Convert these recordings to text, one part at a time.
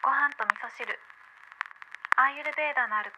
ご飯と味噌汁、アーユルベーダのある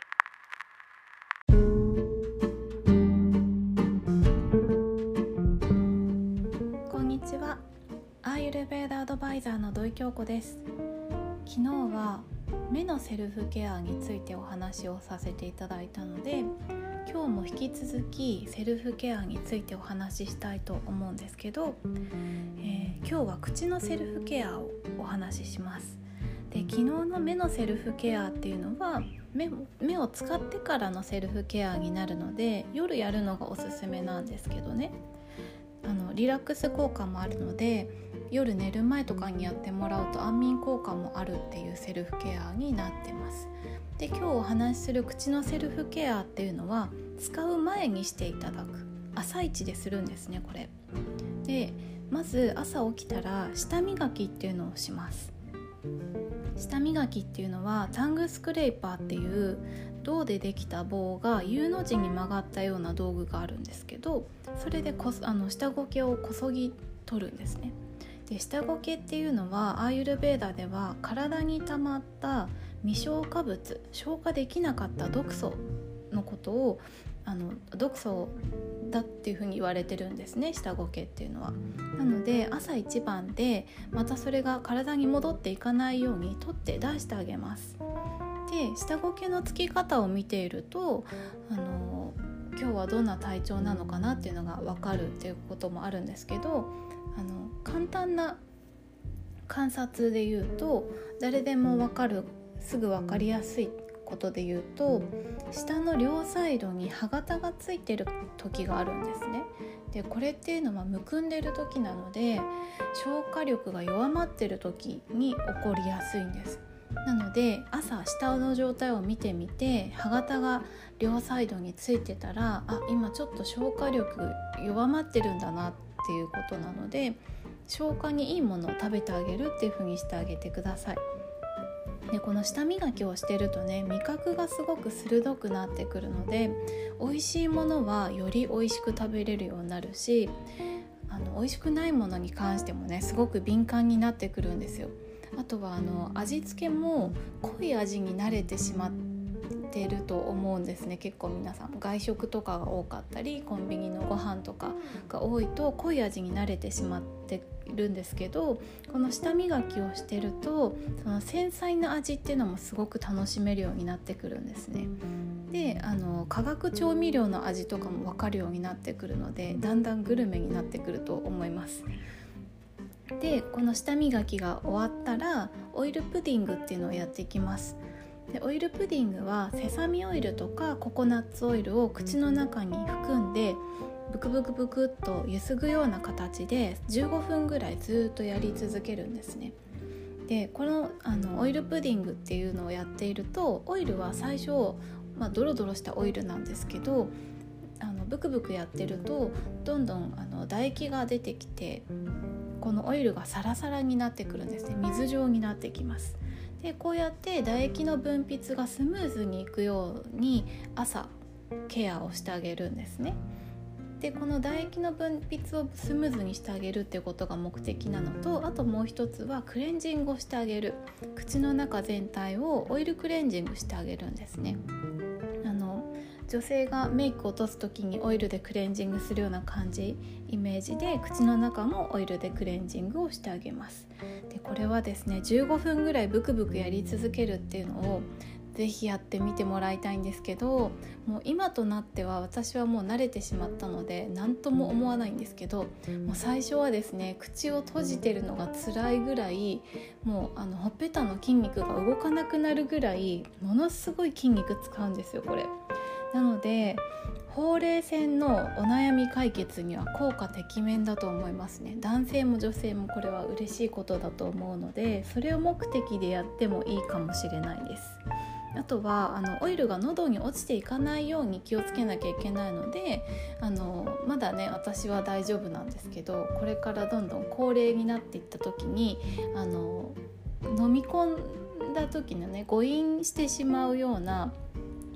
暮らし。こんにちは。アーユルベーダアドバイザーの土井京子です。昨日は目のセルフケアについてお話をさせていただいたので、今日も引き続きセルフケアについてお話ししたいと思うんですけど、今日は口のセルフケアをお話しします。で、昨日の目のセルフケアっていうのは目を使ってからのセルフケアになるので、夜やるのがおすすめなんですけどね、リラックス効果もあるので、夜寝る前とかにやってもらうと安眠効果もあるっていうセルフケアになってます。で、今日お話しする口のセルフケアっていうのは使う前にしていただく、朝一でするんですね、これで。まず朝起きたら舌磨きっていうのをします。舌磨きっていうのはタングスクレーパーっていう銅でできた棒が U の字に曲がったような道具があるんですけど、それで舌ごけをこそぎ取るんですね。で、舌ごけっていうのはアーユルベーダでは体に溜まった未消化物、消化できなかった毒素のことを毒素だっていうふうに言われてるんですね、舌ごけっていうのは。なので朝一番でまたそれが体に戻っていかないように取って出してあげます。で、舌ごけのつき方を見ていると今日はどんな体調なのかなっていうのが分かるっていうこともあるんですけど、簡単な観察で言うと、誰でも分かる、すぐ分かりやすいことで言うと、舌の両サイドに歯型がついてる時があるんですね。で、これっていうのはむくんでる時なので、消化力が弱まってる時に起こりやすいんです。なので朝舌の状態を見てみて、歯型が両サイドについてたら、今ちょっと消化力弱まってるんだなっていうことなので、消化にいいものを食べてあげるっていう風にしてあげてください。で、この舌磨きをしてるとね、味覚がすごく鋭くなってくるので、美味しいものはより美味しく食べれるようになるし、美味しくないものに関してもね、すごく敏感になってくるんですよ。あとは味付けも濃い味に慣れてしまってると思うんですね。結構皆さん外食とかが多かったり、コンビニのご飯とかが多いと濃い味に慣れてしまっているんですけど、この舌磨きをしてるとその繊細な味っていうのもすごく楽しめるようになってくるんですね。で、化学調味料の味とかも分かるようになってくるので、だんだんグルメになってくると思います。で、この舌磨きが終わったらオイルプディングっていうのをやっていきます。で、オイルプディングはセサミオイルとかココナッツオイルを口の中に含んで、ブクブクブクっとゆすぐような形で15分ぐらいずっとやり続けるんですね。で、このオイルプディングっていうのをやっていると、オイルは最初、ドロドロしたオイルなんですけど、ブクブクやってるとどんどん唾液が出てきて、このオイルがサラサラになってくるんですね。水状になってきます。で、こうやって唾液の分泌がスムーズにいくように朝ケアをしてあげるんですね。で、この唾液の分泌をスムーズにしてあげるっていうことが目的なのと、あともう一つはクレンジングをしてあげる。口の中全体をオイルクレンジングしてあげるんですね。女性がメイクを落とす時にオイルでクレンジングするようなイメージで、口の中もオイルでクレンジングをしてあげます。で、これはですね、15分ぐらいブクブクやり続けるっていうのをぜひやってみてもらいたいんですけど、もう今となっては私はもう慣れてしまったので何とも思わないんですけど、もう最初はですね、口を閉じてるのが辛いぐらい、もうほっぺたの筋肉が動かなくなるぐらいものすごい筋肉使うんですよ、これ。なのでほうれい線のお悩み解決には効果てきめんだと思いますね。男性も女性もこれは嬉しいことだと思うので、それを目的でやってもいいかもしれないです。あとはオイルが喉に落ちていかないように気をつけなきゃいけないので、まだね私は大丈夫なんですけど、これからどんどん高齢になっていった時に飲み込んだ時のね、誤飲してしまうような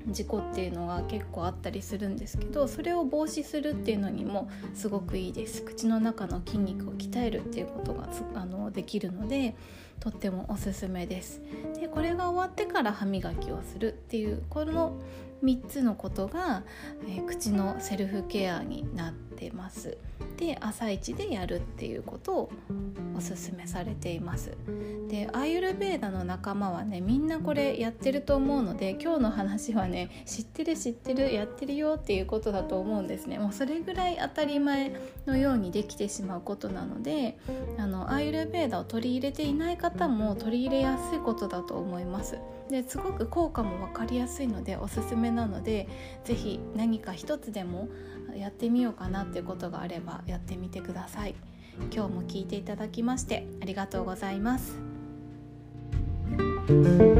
事故っていうのが結構あったりするんですけど、それを防止するっていうのにもすごくいいです。口の中の筋肉を鍛えるっていうことができるので、とってもおすすめです。でこれが終わってから歯磨きをするっていうこの3つのことが、口のセルフケアになってます。で朝一でやるっていうことをおすすめされています。でアーユルヴェーダの仲間はね、みんなこれやってると思うので、今日の話はね、知ってるやってるよっていうことだと思うんですね。もうそれぐらい当たり前のようにできてしまうことなので、アーユルヴェーダを取り入れていない方も取り入れやすいことだと思います。ですごく効果も分かりやすいのでおすすめなので、ぜひ何か一つでもやってみようかなっていうことがあればやってみてください。今日も聞いていただきましてありがとうございます。